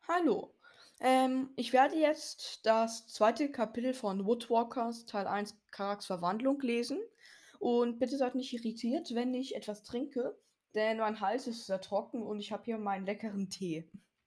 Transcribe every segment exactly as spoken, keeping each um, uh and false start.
Hallo. Ähm, ich werde jetzt das zweite Kapitel von Woodwalkers Teil eins Karaks Verwandlung lesen. Und bitte seid nicht irritiert, wenn ich etwas trinke, denn mein Hals ist sehr trocken und ich habe hier meinen leckeren Tee.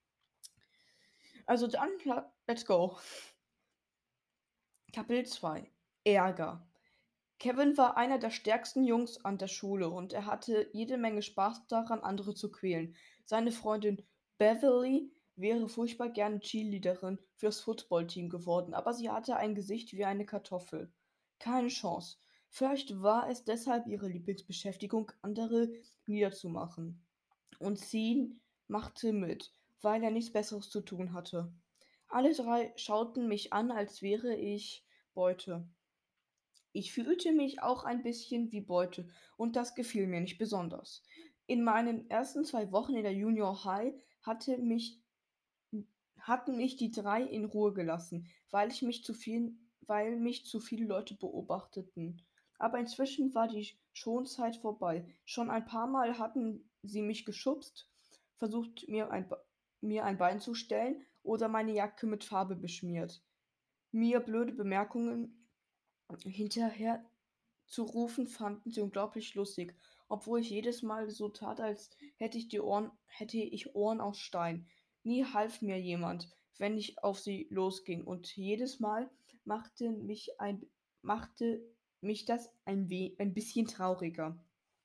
Also dann, la- let's go. Kapitel zwei. Ärger. Kevin war einer der stärksten Jungs an der Schule und er hatte jede Menge Spaß daran, andere zu quälen. Seine Freundin Beverly wäre furchtbar gerne Cheerleaderin fürs Footballteam geworden, aber sie hatte ein Gesicht wie eine Kartoffel. Keine Chance. Vielleicht war es deshalb ihre Lieblingsbeschäftigung, andere niederzumachen. Und sie machte mit, weil er nichts Besseres zu tun hatte. Alle drei schauten mich an, als wäre ich Beute. Ich fühlte mich auch ein bisschen wie Beute und das gefiel mir nicht besonders. In meinen ersten zwei Wochen in der Junior High hatte mich, hatten mich die drei in Ruhe gelassen, weil ich mich zu viel, weil mich zu viele Leute beobachteten. Aber inzwischen war die Schonzeit vorbei. Schon ein paar Mal hatten sie mich geschubst, versucht mir ein, Be- mir ein Bein zu stellen oder meine Jacke mit Farbe beschmiert. Mir blöde Bemerkungen hinterher zu rufen, fanden sie unglaublich lustig, obwohl ich jedes Mal so tat, als hätte ich die Ohren, hätte ich Ohren aus Stein. Nie half mir jemand, wenn ich auf sie losging, und jedes Mal machte mich ein, machte mich das ein, we ein bisschen trauriger.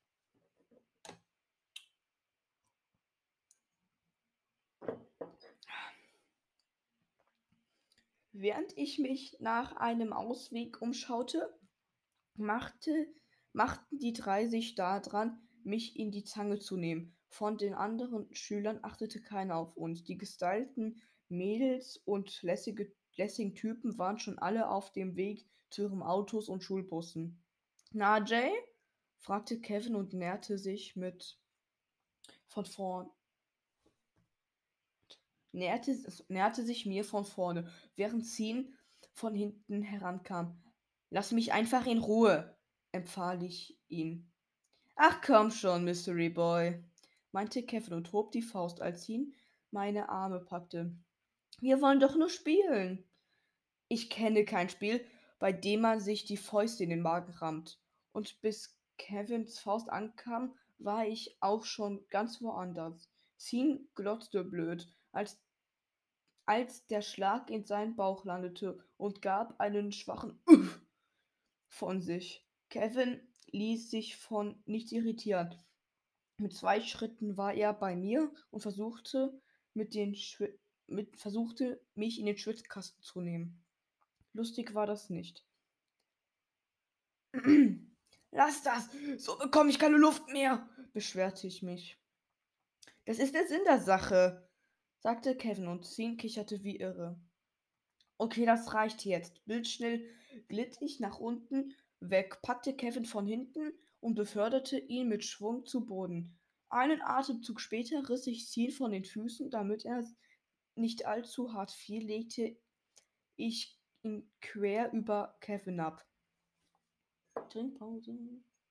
Während ich mich nach einem Ausweg umschaute, machte machten die drei sich daran, mich in die Zange zu nehmen. Von den anderen Schülern achtete keiner auf uns. Die gestylten Mädels und lässige, lässigen Typen waren schon alle auf dem Weg zu ihren Autos und Schulbussen. Na, Jay? Fragte Kevin und näherte sich mit von vorn, näherte, näherte sich mir von vorne, während Sean von hinten herankam. Lass mich einfach in Ruhe, empfahl ich ihm. Ach komm schon, Mystery Boy, meinte Kevin und hob die Faust, als ihn meine Arme packte. Wir wollen doch nur spielen. Ich kenne kein Spiel, bei dem man sich die Fäuste in den Magen rammt. Und bis Kevins Faust ankam, war ich auch schon ganz woanders. Sean glotzte blöd, als, als der Schlag in seinen Bauch landete und gab einen schwachen Uff von sich. Kevin ließ sich von nichts irritieren. Mit zwei Schritten war er bei mir und versuchte, mit den Schwi mit, versuchte mich in den Schwitzkasten zu nehmen. Lustig war das nicht. Lass das! So bekomme ich keine Luft mehr! Beschwerte ich mich. Das ist der Sinn der Sache, sagte Kevin und Sean kicherte wie irre. Okay, das reicht jetzt. Bildschnell glitt ich nach unten weg, packte Kevin von hinten und beförderte ihn mit Schwung zu Boden. Einen Atemzug später riss ich Sean von den Füßen, damit er nicht allzu hart fiel, legte ich ihn quer über Kevin ab. Trinkpause.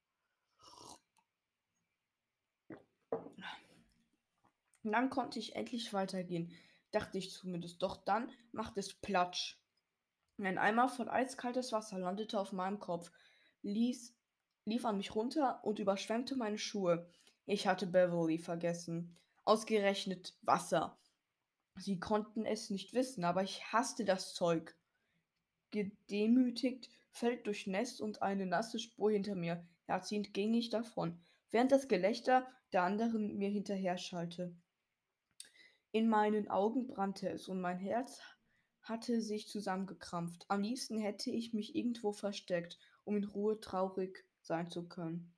Und dann konnte ich endlich weitergehen, dachte ich zumindest. Doch dann machte es Platsch. Ein Eimer voll eiskaltes Wasser landete auf meinem Kopf, ließ, lief an mich runter und überschwemmte meine Schuhe. Ich hatte Beverly vergessen. Ausgerechnet Wasser. Sie konnten es nicht wissen, aber ich hasste das Zeug. Gedemütigt, fällt durchnässt und eine nasse Spur hinter mir herziehend, ging ich davon, während das Gelächter der anderen mir hinterher schallte. In meinen Augen brannte es und mein Herz hatte sich zusammengekrampft. Am liebsten hätte ich mich irgendwo versteckt, um in Ruhe traurig sein zu können.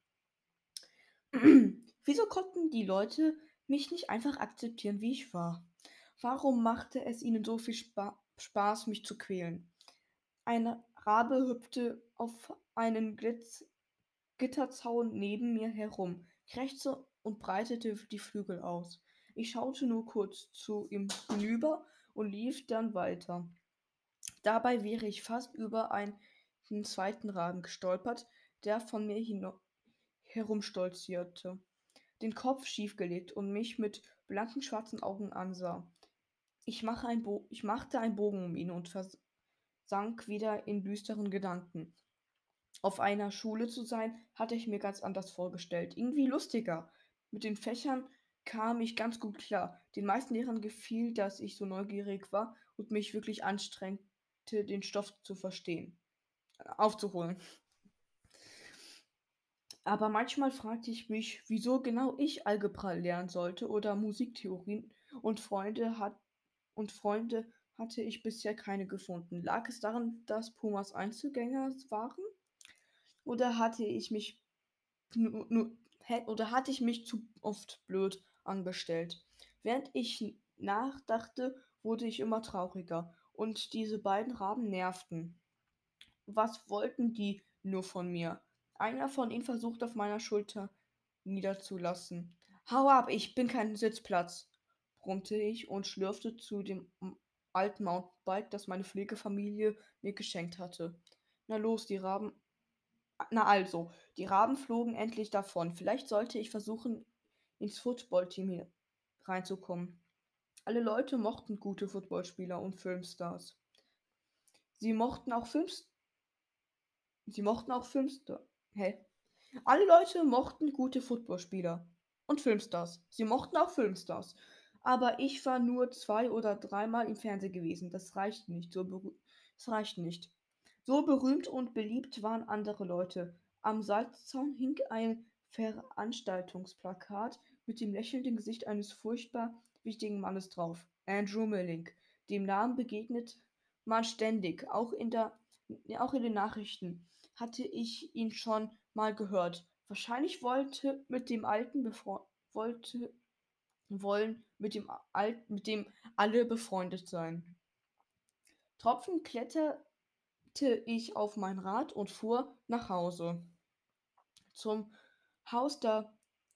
Wieso konnten die Leute mich nicht einfach akzeptieren, wie ich war? Warum machte es ihnen so viel Spa Spaß, mich zu quälen? Ein Rabe hüpfte auf einen Glitz Gitterzaun neben mir herum, krächzte und breitete die Flügel aus. Ich schaute nur kurz zu ihm hinüber und lief dann weiter. Dabei wäre ich fast über einen zweiten Raben gestolpert, der von mir hin herumstolzierte, den Kopf schiefgelegt und mich mit blanken schwarzen Augen ansah. Ich mache ein Bo ich machte einen Bogen um ihn und versank wieder in düsteren Gedanken. Auf einer Schule zu sein, hatte ich mir ganz anders vorgestellt. Irgendwie lustiger. Mit den Fächern kam ich ganz gut klar. Den meisten Lehrern gefiel, dass ich so neugierig war und mich wirklich anstrengte, den Stoff zu verstehen, äh, aufzuholen. Aber manchmal fragte ich mich, wieso genau ich Algebra lernen sollte oder Musiktheorien und Freunde hat und Freunde hatte ich bisher keine gefunden. Lag es daran, dass Pumas Einzelgänger waren? Oder hatte ich mich nu nu hä oder hatte ich mich zu oft blöd angestellt? Während ich nachdachte, wurde ich immer trauriger und diese beiden Raben nervten. Was wollten die nur von mir? Einer von ihnen versuchte auf meiner Schulter niederzulassen. Hau ab, ich bin kein Sitzplatz, brummte ich und schlürfte zu dem m- alten Mountainbike, das meine Pflegefamilie mir geschenkt hatte. Na los, die Raben. Na also, die Raben flogen endlich davon. Vielleicht sollte ich versuchen, ins Footballteam hier reinzukommen. Alle Leute mochten gute Footballspieler und Filmstars. Sie mochten auch Films Sie mochten auch Filmstars. Hä? Alle Leute mochten gute Footballspieler und Filmstars. Sie mochten auch Filmstars. Aber ich war nur zwei oder dreimal im Fernsehen gewesen. Das reicht nicht. So berü das reicht nicht. So berühmt und beliebt waren andere Leute. Am Salzzaun hing ein Veranstaltungsplakat mit dem lächelnden Gesicht eines furchtbar wichtigen Mannes drauf. Andrew Millink. Dem Namen begegnet man ständig, auch in der, auch in den Nachrichten hatte ich ihn schon mal gehört. Wahrscheinlich wollte mit dem Alten befreundet wollte wollen mit dem Alt mit dem alle befreundet sein. Tropfend kletterte ich auf mein Rad und fuhr nach Hause. Zum Haus der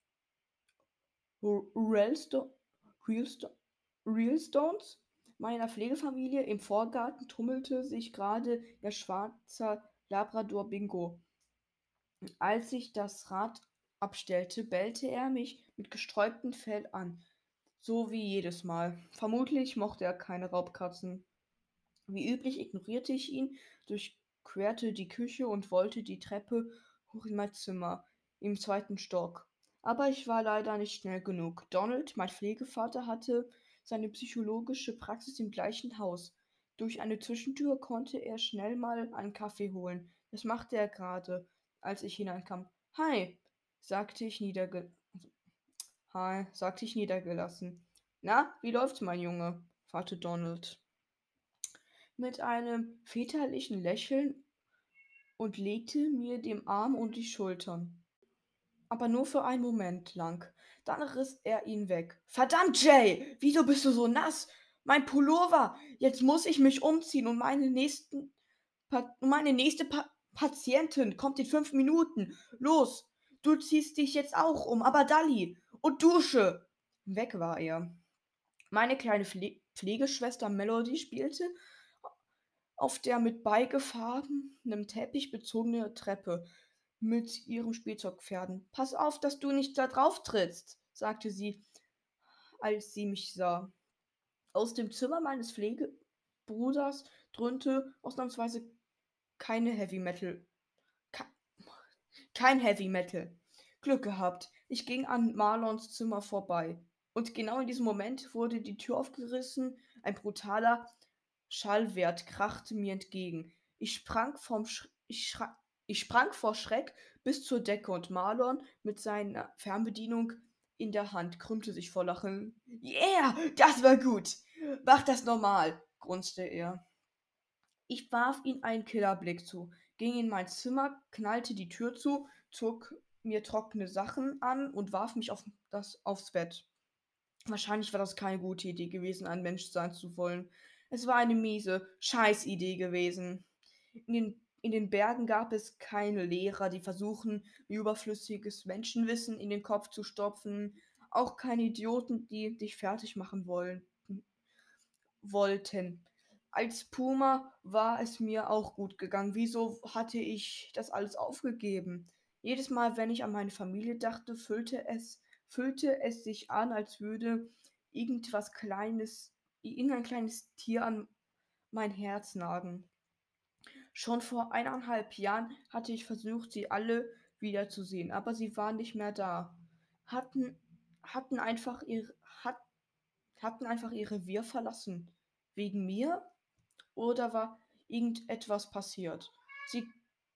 Realsto Realsto Realstones meiner Pflegefamilie. Im Vorgarten tummelte sich gerade ihr schwarzer Labrador Bingo. Als ich das Rad abstellte, bellte er mich mit gesträubtem Fell an, so wie jedes Mal. Vermutlich mochte er keine Raubkatzen. Wie üblich ignorierte ich ihn, durchquerte die Küche und wollte die Treppe hoch in mein Zimmer im zweiten Stock. Aber ich war leider nicht schnell genug. Donald, mein Pflegevater, hatte seine psychologische Praxis im gleichen Haus. Durch eine Zwischentür konnte er schnell mal einen Kaffee holen. Das machte er gerade, als ich hineinkam. Hi, sagte ich niederge Hi, sagte ich niedergelassen. Na, wie läuft's, mein Junge? Fragte Donald mit einem väterlichen Lächeln und legte mir den Arm um die Schultern. Aber nur für einen Moment lang. Dann riss er ihn weg. Verdammt, Jay! Wieso bist du so nass? Mein Pullover! Jetzt muss ich mich umziehen und meine nächsten pa und meine nächste pa Patientin kommt in fünf Minuten. Los! Du ziehst dich jetzt auch um, aber Dalli! Und dusche! Weg war er. Meine kleine Pfle Pflegeschwester Melody spielte auf der mit beigefahrenen Teppich bezogene Treppe mit ihren Spielzeugpferden. Pass auf, dass du nicht da drauf trittst, sagte sie, als sie mich sah. Aus dem Zimmer meines Pflegebruders dröhnte ausnahmsweise keine Heavy Metal. Ke kein Heavy Metal. Glück gehabt. Ich ging an Marlons Zimmer vorbei. Und genau in diesem Moment wurde die Tür aufgerissen. Ein brutaler Schallwert krachte mir entgegen. Ich sprang vom Sch ich, schra ich sprang vor Schreck bis zur Decke und Marlon mit seiner Fernbedienung in der Hand krümmte sich vor Lachen. Yeah, das war gut. Mach das normal, grunzte er. Ich warf ihm einen Killerblick zu, ging in mein Zimmer, knallte die Tür zu, zog mir trockene Sachen an und warf mich auf das, aufs Bett. Wahrscheinlich war das keine gute Idee gewesen, ein Mensch sein zu wollen. Es war eine miese Scheißidee gewesen. In den, in den Bergen gab es keine Lehrer, die versuchen, mir überflüssiges Menschenwissen in den Kopf zu stopfen. Auch keine Idioten, die dich fertig machen wollen, wollten. Als Puma war es mir auch gut gegangen. Wieso hatte ich das alles aufgegeben? Jedes Mal, wenn ich an meine Familie dachte, fühlte es, fühlte es sich an, als würde irgendwas Kleines irgendein kleines Tier an mein Herz nagen. Schon vor eineinhalb Jahren hatte ich versucht, sie alle wiederzusehen, aber sie waren nicht mehr da. Hatten hatten einfach ihr hat hatten einfach ihr Revier verlassen. Wegen mir? Oder war irgendetwas passiert? Sie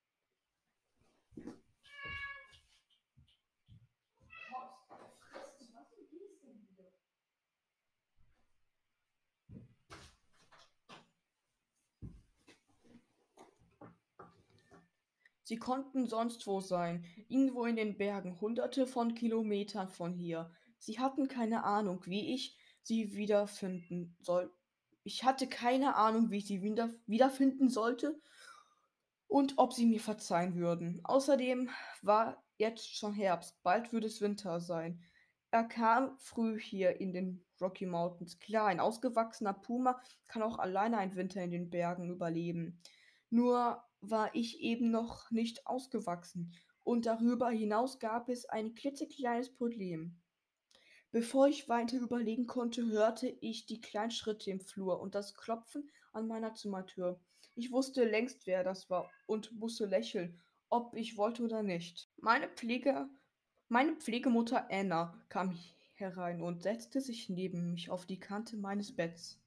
Sie konnten sonst wo sein, irgendwo in den Bergen, Hunderte von Kilometern von hier. Sie hatten keine Ahnung, wie ich sie wiederfinden soll. Ich hatte keine Ahnung, wie ich sie wieder wiederfinden sollte und ob sie mir verzeihen würden. Außerdem war jetzt schon Herbst, bald würde es Winter sein. Er kam früh hier in den Rocky Mountains. Klar, ein ausgewachsener Puma kann auch alleine einen Winter in den Bergen überleben. Nur war ich eben noch nicht ausgewachsen und darüber hinaus gab es ein klitzekleines Problem. Bevor ich weiter überlegen konnte, hörte ich die kleinen Schritte im Flur und das Klopfen an meiner Zimmertür. Ich wusste längst, wer das war und musste lächeln, ob ich wollte oder nicht. Meine Pflege, meine Pflegemutter Anna kam herein und setzte sich neben mich auf die Kante meines Betts.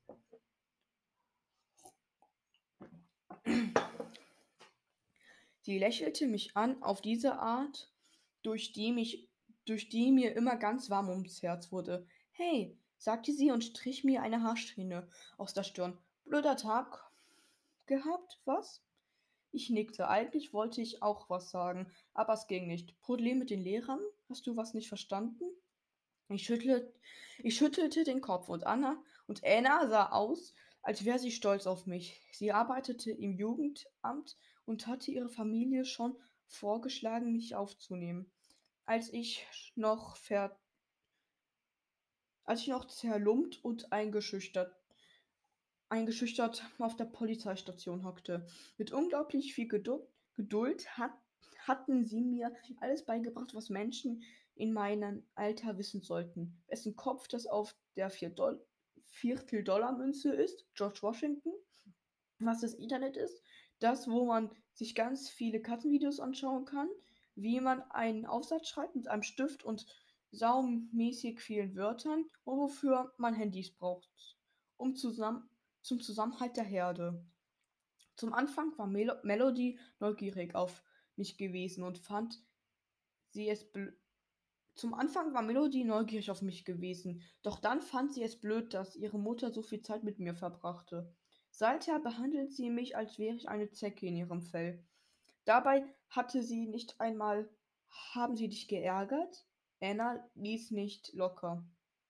Sie lächelte mich an auf diese Art, durch die mich durch die mir immer ganz warm ums Herz wurde. „Hey“, sagte sie und strich mir eine Haarsträhne aus der Stirn. „Blöder Tag gehabt, was?“ Ich nickte. Eigentlich wollte ich auch was sagen, aber es ging nicht. „Problem mit den Lehrern? Hast du was nicht verstanden?“ Ich schüttelte ich schüttelte den Kopf und Anna und Anna sah aus, als wäre sie stolz auf mich. Sie arbeitete im Jugendamt und hatte ihre Familie schon vorgeschlagen, mich aufzunehmen. Als ich noch ver als ich noch zerlumpt und eingeschüchtert eingeschüchtert auf der Polizeistation hockte. Mit unglaublich viel Gedu Geduld hat hatten sie mir alles beigebracht, was Menschen in meinem Alter wissen sollten. Wessen Kopf das auf der vier Doll Viertel-Dollar-Münze ist, George Washington, was das Internet ist, das, wo man sich ganz viele Katzenvideos anschauen kann, wie man einen Aufsatz schreibt mit einem Stift und saumäßig vielen Wörtern und wofür man Handys braucht, um zusammen zum Zusammenhalt der Herde. Zum Anfang war Melo Melody neugierig auf mich gewesen und fand sie es bl zum Anfang war Melody neugierig auf mich gewesen, doch dann fand sie es blöd, dass ihre Mutter so viel Zeit mit mir verbrachte. Seither behandelt sie mich, als wäre ich eine Zecke in ihrem Fell. Dabei hatte sie nicht einmal „Haben sie dich geärgert?“ Anna ließ nicht locker.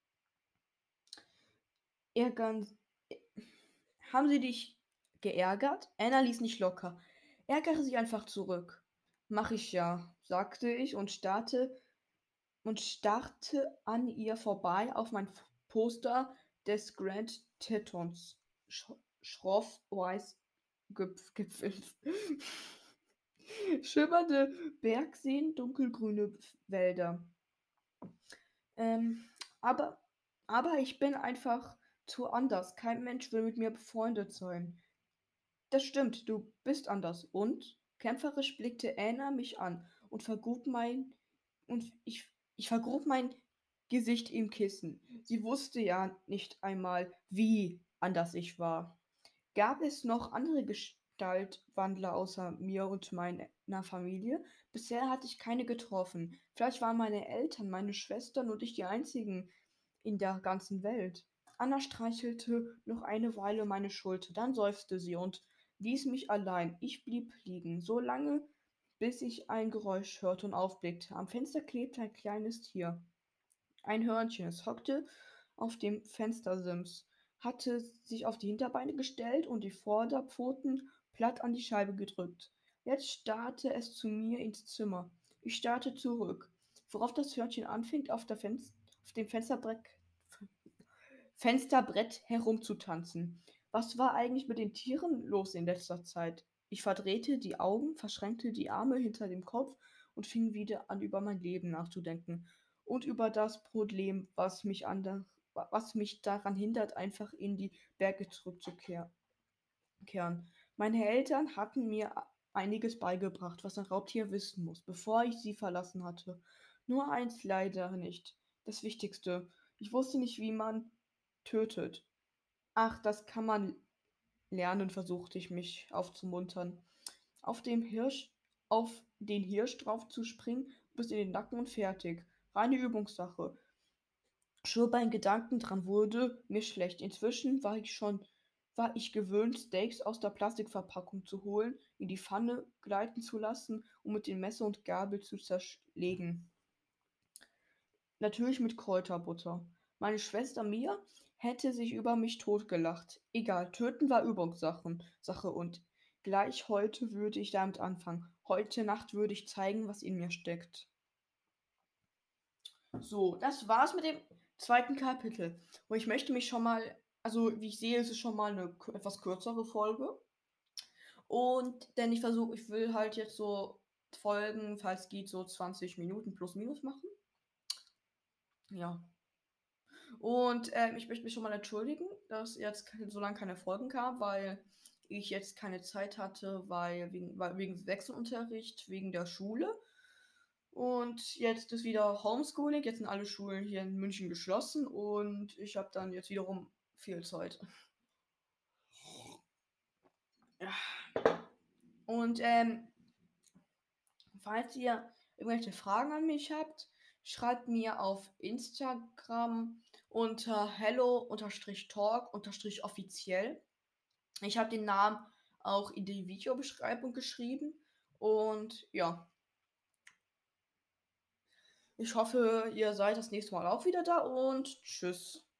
Ärgern „Haben sie dich geärgert?“ Anna ließ nicht locker. „Ärgere sie einfach zurück.“ „Mach ich ja“, sagte ich und starrte und starrte an ihr vorbei auf mein F Poster des Grand Tetons, sch schroff-weiß gepf gepflzt. Schimmernde Bergseen, dunkelgrüne Wälder. Ähm, aber aber ich bin einfach zu anders. Kein Mensch will mit mir befreundet sein. Das stimmt, du bist anders. Und? Kämpferisch blickte Anna mich an und vergrub mein und ich ich vergrub mein Gesicht im Kissen. Sie wusste ja nicht einmal, wie anders ich war. Gab es noch andere Gestaltwandler außer mir und meiner Familie? Bisher hatte ich keine getroffen. Vielleicht waren meine Eltern, meine Schwestern und ich die einzigen in der ganzen Welt. Anna streichelte noch eine Weile meine Schulter, dann seufzte sie und ließ mich allein. Ich blieb liegen, so lange, bis ich ein Geräusch hörte und aufblickte. Am Fenster klebte ein kleines Tier. Ein Hörnchen. Es hockte auf dem Fenstersims, hatte sich auf die Hinterbeine gestellt und die Vorderpfoten platt an die Scheibe gedrückt. Jetzt starrte es zu mir ins Zimmer. Ich starrte zurück, worauf das Hörnchen anfing, auf, der Fenst auf dem Fensterbrett, Fensterbrett herumzutanzen. Was war eigentlich mit den Tieren los in letzter Zeit? Ich verdrehte die Augen, verschränkte die Arme hinter dem Kopf und fing wieder an, über mein Leben nachzudenken und über das Problem, was mich ander wa was mich daran hindert, einfach in die Berge zurückzukehr kehren. Meine Eltern hatten mir a einiges beigebracht, was ein Raubtier wissen muss, bevor ich sie verlassen hatte. Nur eins leider nicht, das Wichtigste. Ich wusste nicht, wie man tötet. Ach, das kann man lernen, versuchte ich mich aufzumuntern. Auf dem Hirsch auf den Hirsch drauf zu springen, bis in den Nacken und fertig. Reine Übungssache. Schon beim Gedanken dran wurde mir schlecht. Inzwischen war ich schon war ich gewöhnt, Steaks aus der Plastikverpackung zu holen, in die Pfanne gleiten zu lassen und mit dem Messer und Gabel zu zerlegen. Natürlich mit Kräuterbutter. Meine Schwester Mia hätte sich über mich totgelacht. Egal, töten war Übungssachen Sache und gleich heute würde ich damit anfangen. Heute Nacht würde ich zeigen, was in mir steckt. So, das war's mit dem zweiten Kapitel. Und ich möchte mich schon mal also, wie ich sehe, ist es schon mal eine k etwas kürzere Folge. Und denn ich versuche ich will halt jetzt so Folgen, falls geht, so zwanzig Minuten plus minus machen. Ja. Und, ähm, ich möchte mich schon mal entschuldigen, dass jetzt k so lange keine Folgen kam, weil ich jetzt keine Zeit hatte, weil wegen weil wegen Wechselunterricht, wegen der Schule. Und jetzt ist wieder Homeschooling. Jetzt sind alle Schulen hier in München geschlossen und ich habe dann jetzt wiederum viel Zeit. Ja. Und, ähm, falls ihr irgendwelche Fragen an mich habt, schreibt mir auf Instagram unter hello-talk-offiziell. Ich habe den Namen auch in die Videobeschreibung geschrieben. Und ja, ich hoffe, ihr seid das nächste Mal auch wieder da und tschüss.